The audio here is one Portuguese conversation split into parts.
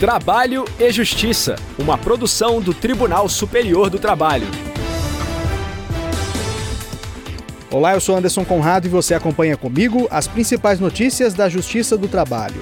Trabalho e Justiça, uma produção do Tribunal Superior do Trabalho. Olá, eu sou Anderson Conrado e você acompanha comigo as principais notícias da Justiça do Trabalho.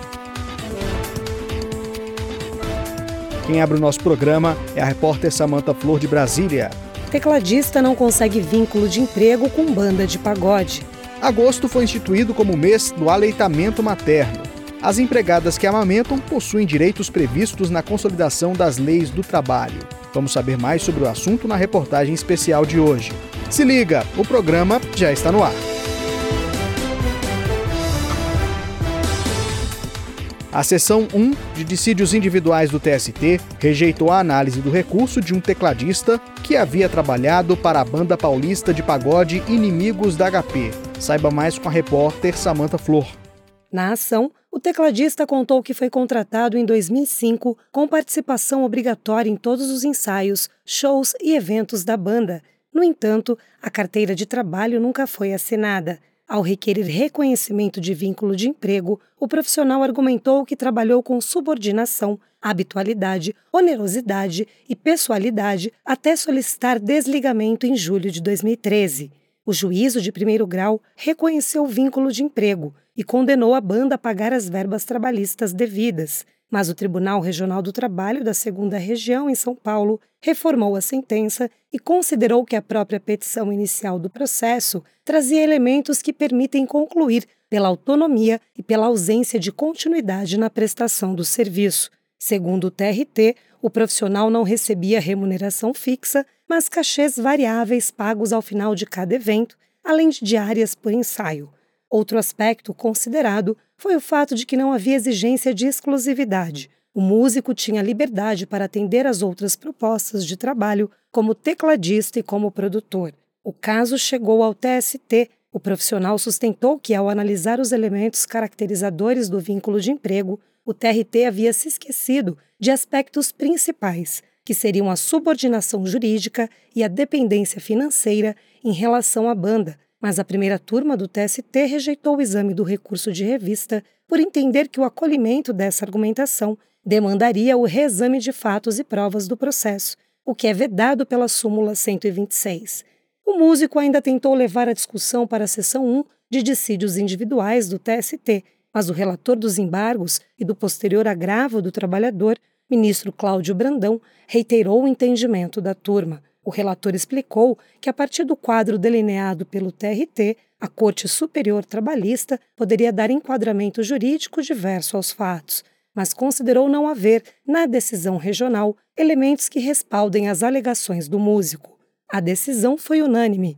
Quem abre o nosso programa é a repórter Samantha Flor de Brasília. Tecladista não consegue vínculo de emprego com banda de pagode. Agosto foi instituído como mês do aleitamento materno. As empregadas que amamentam possuem direitos previstos na Consolidação das Leis do Trabalho. Vamos saber mais sobre o assunto na reportagem especial de hoje. Se liga, o programa já está no ar. A seção 1 de dissídios individuais do TST rejeitou a análise do recurso de um tecladista que havia trabalhado para a banda paulista de pagode Inimigos da HP. Saiba mais com a repórter Samantha Flor. Na ação, o tecladista contou que foi contratado em 2005 com participação obrigatória em todos os ensaios, shows e eventos da banda. No entanto, a carteira de trabalho nunca foi assinada. Ao requerer reconhecimento de vínculo de emprego, o profissional argumentou que trabalhou com subordinação, habitualidade, onerosidade e pessoalidade até solicitar desligamento em julho de 2013. O juízo de primeiro grau reconheceu o vínculo de emprego e condenou a banda a pagar as verbas trabalhistas devidas. Mas o Tribunal Regional do Trabalho da 2ª Região, em São Paulo, reformou a sentença e considerou que a própria petição inicial do processo trazia elementos que permitem concluir pela autonomia e pela ausência de continuidade na prestação do serviço. Segundo o TRT, o profissional não recebia remuneração fixa, mas cachês variáveis pagos ao final de cada evento, além de diárias por ensaio. Outro aspecto considerado foi o fato de que não havia exigência de exclusividade. O músico tinha liberdade para atender às outras propostas de trabalho, como tecladista e como produtor. O caso chegou ao TST. O profissional sustentou que, ao analisar os elementos caracterizadores do vínculo de emprego, o TRT havia se esquecido de aspectos principais, que seriam a subordinação jurídica e a dependência financeira em relação à banda. Mas a primeira turma do TST rejeitou o exame do recurso de revista por entender que o acolhimento dessa argumentação demandaria o reexame de fatos e provas do processo, o que é vedado pela súmula 126. O músico ainda tentou levar a discussão para a seção 1 de dissídios individuais do TST, mas o relator dos embargos e do posterior agravo do trabalhador, ministro Cláudio Brandão, reiterou o entendimento da turma. O relator explicou que, a partir do quadro delineado pelo TRT, a Corte Superior Trabalhista poderia dar enquadramento jurídico diverso aos fatos, mas considerou não haver, na decisão regional, elementos que respaldem as alegações do músico. A decisão foi unânime.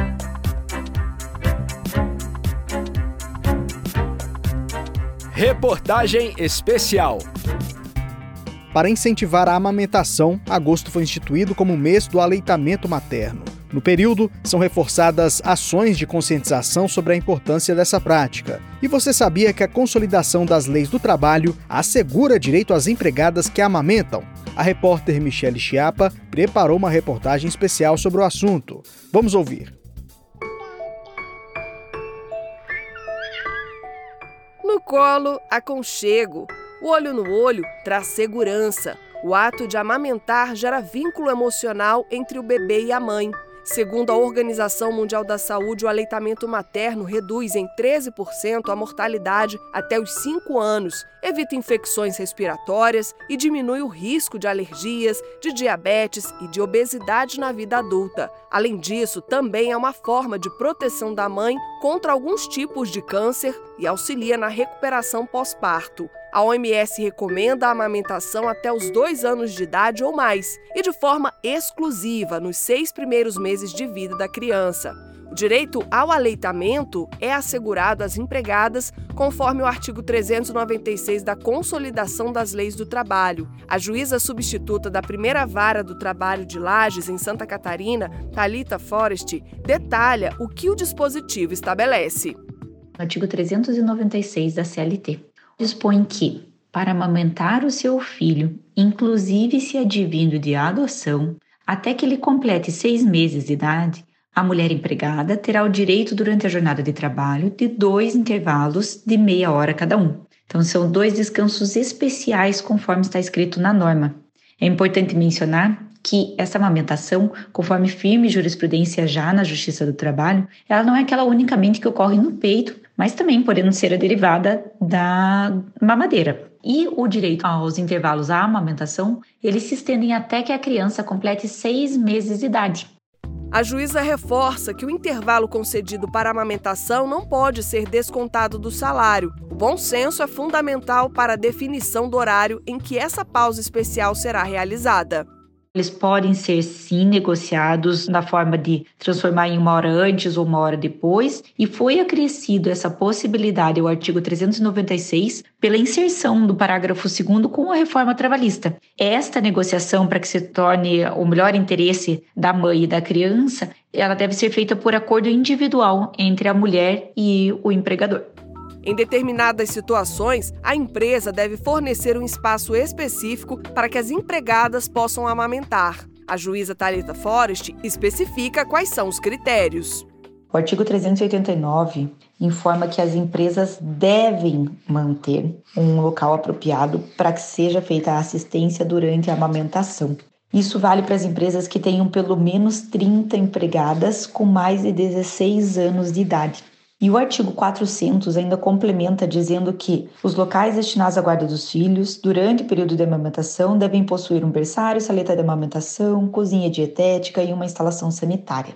Reportagem especial. Para incentivar a amamentação, agosto foi instituído como mês do aleitamento materno. No período, são reforçadas ações de conscientização sobre a importância dessa prática. E você sabia que a Consolidação das Leis do Trabalho assegura direito às empregadas que amamentam? A repórter Michele Chiapa preparou uma reportagem especial sobre o assunto. Vamos ouvir. No colo, aconchego. O olho no olho traz segurança. O ato de amamentar gera vínculo emocional entre o bebê e a mãe. Segundo a Organização Mundial da Saúde, o aleitamento materno reduz em 13% a mortalidade até os 5 anos, evita infecções respiratórias e diminui o risco de alergias, de diabetes e de obesidade na vida adulta. Além disso, também é uma forma de proteção da mãe contra alguns tipos de câncer e auxilia na recuperação pós-parto. A OMS recomenda a amamentação até os 2 anos de idade ou mais e de forma exclusiva nos 6 primeiros meses de vida da criança. O direito ao aleitamento é assegurado às empregadas conforme o artigo 396 da Consolidação das Leis do Trabalho. A juíza substituta da Primeira Vara do Trabalho de Lages, em Santa Catarina, Thalita Forrest, detalha o que o dispositivo estabelece. O artigo 396 da CLT dispõe que, para amamentar o seu filho, inclusive se advindo de adoção, até que ele complete 6 meses de idade, a mulher empregada terá o direito durante a jornada de trabalho de 2 intervalos de meia hora cada um, Então, são 2 descansos especiais conforme está escrito na norma. É importante mencionar que essa amamentação, conforme firme jurisprudência já na Justiça do Trabalho, ela não é aquela unicamente que ocorre no peito, mas também podendo ser a derivada da mamadeira. E o direito aos intervalos à amamentação, eles se estendem até que a criança complete 6 meses de idade. A juíza reforça que o intervalo concedido para a amamentação não pode ser descontado do salário. O bom senso é fundamental para a definição do horário em que essa pausa especial será realizada. Eles podem ser, sim, negociados na forma de transformar em 1 hora antes ou 1 hora depois, e foi acrescido essa possibilidade ao artigo 396 pela inserção do parágrafo 2º com a reforma trabalhista. Esta negociação, para que se torne o melhor interesse da mãe e da criança, ela deve ser feita por acordo individual entre a mulher e o empregador. Em determinadas situações, a empresa deve fornecer um espaço específico para que as empregadas possam amamentar. A juíza Thalita Forrest especifica quais são os critérios. O artigo 389 informa que as empresas devem manter um local apropriado para que seja feita a assistência durante a amamentação. Isso vale para as empresas que tenham pelo menos 30 empregadas com mais de 16 anos de idade. E o artigo 400 ainda complementa dizendo que os locais destinados à guarda dos filhos, durante o período de amamentação, devem possuir um berçário, saleta de amamentação, cozinha dietética e uma instalação sanitária.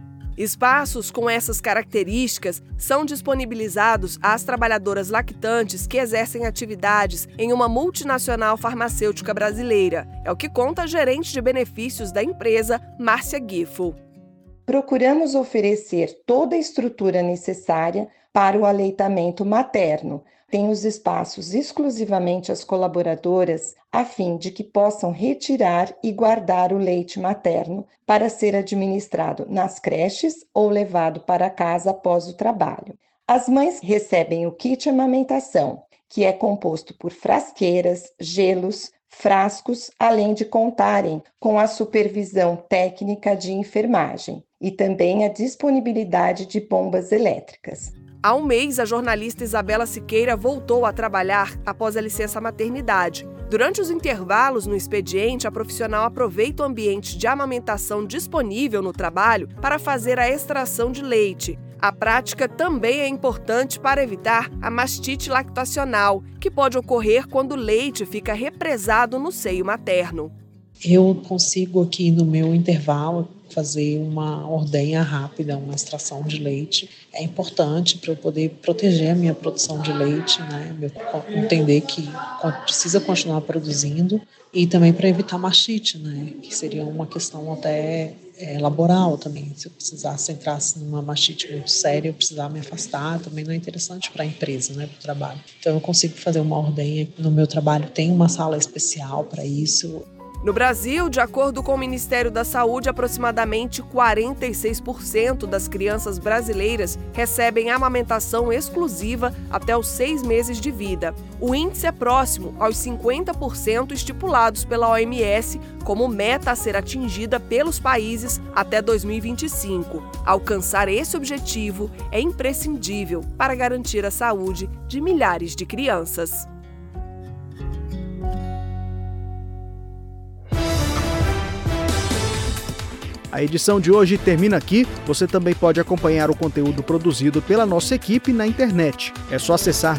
Espaços com essas características são disponibilizados às trabalhadoras lactantes que exercem atividades em uma multinacional farmacêutica brasileira. É o que conta a gerente de benefícios da empresa, Márcia Giffel. Procuramos oferecer toda a estrutura necessária para o aleitamento materno. Tem os espaços exclusivamente às colaboradoras, a fim de que possam retirar e guardar o leite materno para ser administrado nas creches ou levado para casa após o trabalho. As mães recebem o kit amamentação, que é composto por frasqueiras, gelos, frascos, além de contarem com a supervisão técnica de enfermagem e também a disponibilidade de bombas elétricas. Há um mês, a jornalista Isabela Siqueira voltou a trabalhar após a licença maternidade. Durante os intervalos no expediente, a profissional aproveita o ambiente de amamentação disponível no trabalho para fazer a extração de leite. A prática também é importante para evitar a mastite lactacional, que pode ocorrer quando o leite fica represado no seio materno. Eu consigo aqui no meu intervalo fazer uma ordenha rápida, uma extração de leite. É importante para eu poder proteger a minha produção de leite, né? Entender que precisa continuar produzindo e também para evitar mastite, né? Que seria uma questão até laboral também. Se eu precisasse entrar numa mastite muito séria, eu precisar me afastar, também não é interessante para a empresa, né? Para o trabalho. Então eu consigo fazer uma ordenha. No meu trabalho tem uma sala especial para isso. No Brasil, de acordo com o Ministério da Saúde, aproximadamente 46% das crianças brasileiras recebem amamentação exclusiva até os 6 meses de vida. O índice é próximo aos 50% estipulados pela OMS como meta a ser atingida pelos países até 2025. Alcançar esse objetivo é imprescindível para garantir a saúde de milhares de crianças. A edição de hoje termina aqui. Você também pode acompanhar o conteúdo produzido pela nossa equipe na internet. É só acessar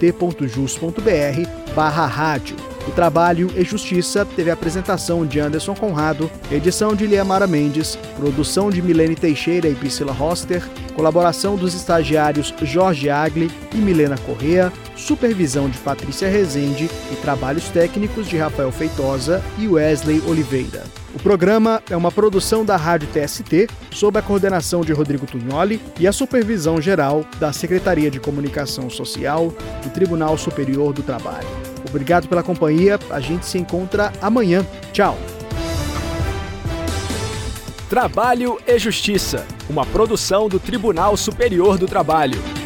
tst.jus.br/rádio. O Trabalho e Justiça teve a apresentação de Anderson Conrado, edição de Liamara Mendes, produção de Milene Teixeira e Priscila Roster, colaboração dos estagiários Jorge Agli e Milena Correa, supervisão de Patrícia Rezende e trabalhos técnicos de Rafael Feitosa e Wesley Oliveira. O programa é uma produção da Rádio TST, sob a coordenação de Rodrigo Tugnoli e a supervisão geral da Secretaria de Comunicação Social do Tribunal Superior do Trabalho. Obrigado pela companhia, a gente se encontra amanhã. Tchau! Trabalho e Justiça, uma produção do Tribunal Superior do Trabalho.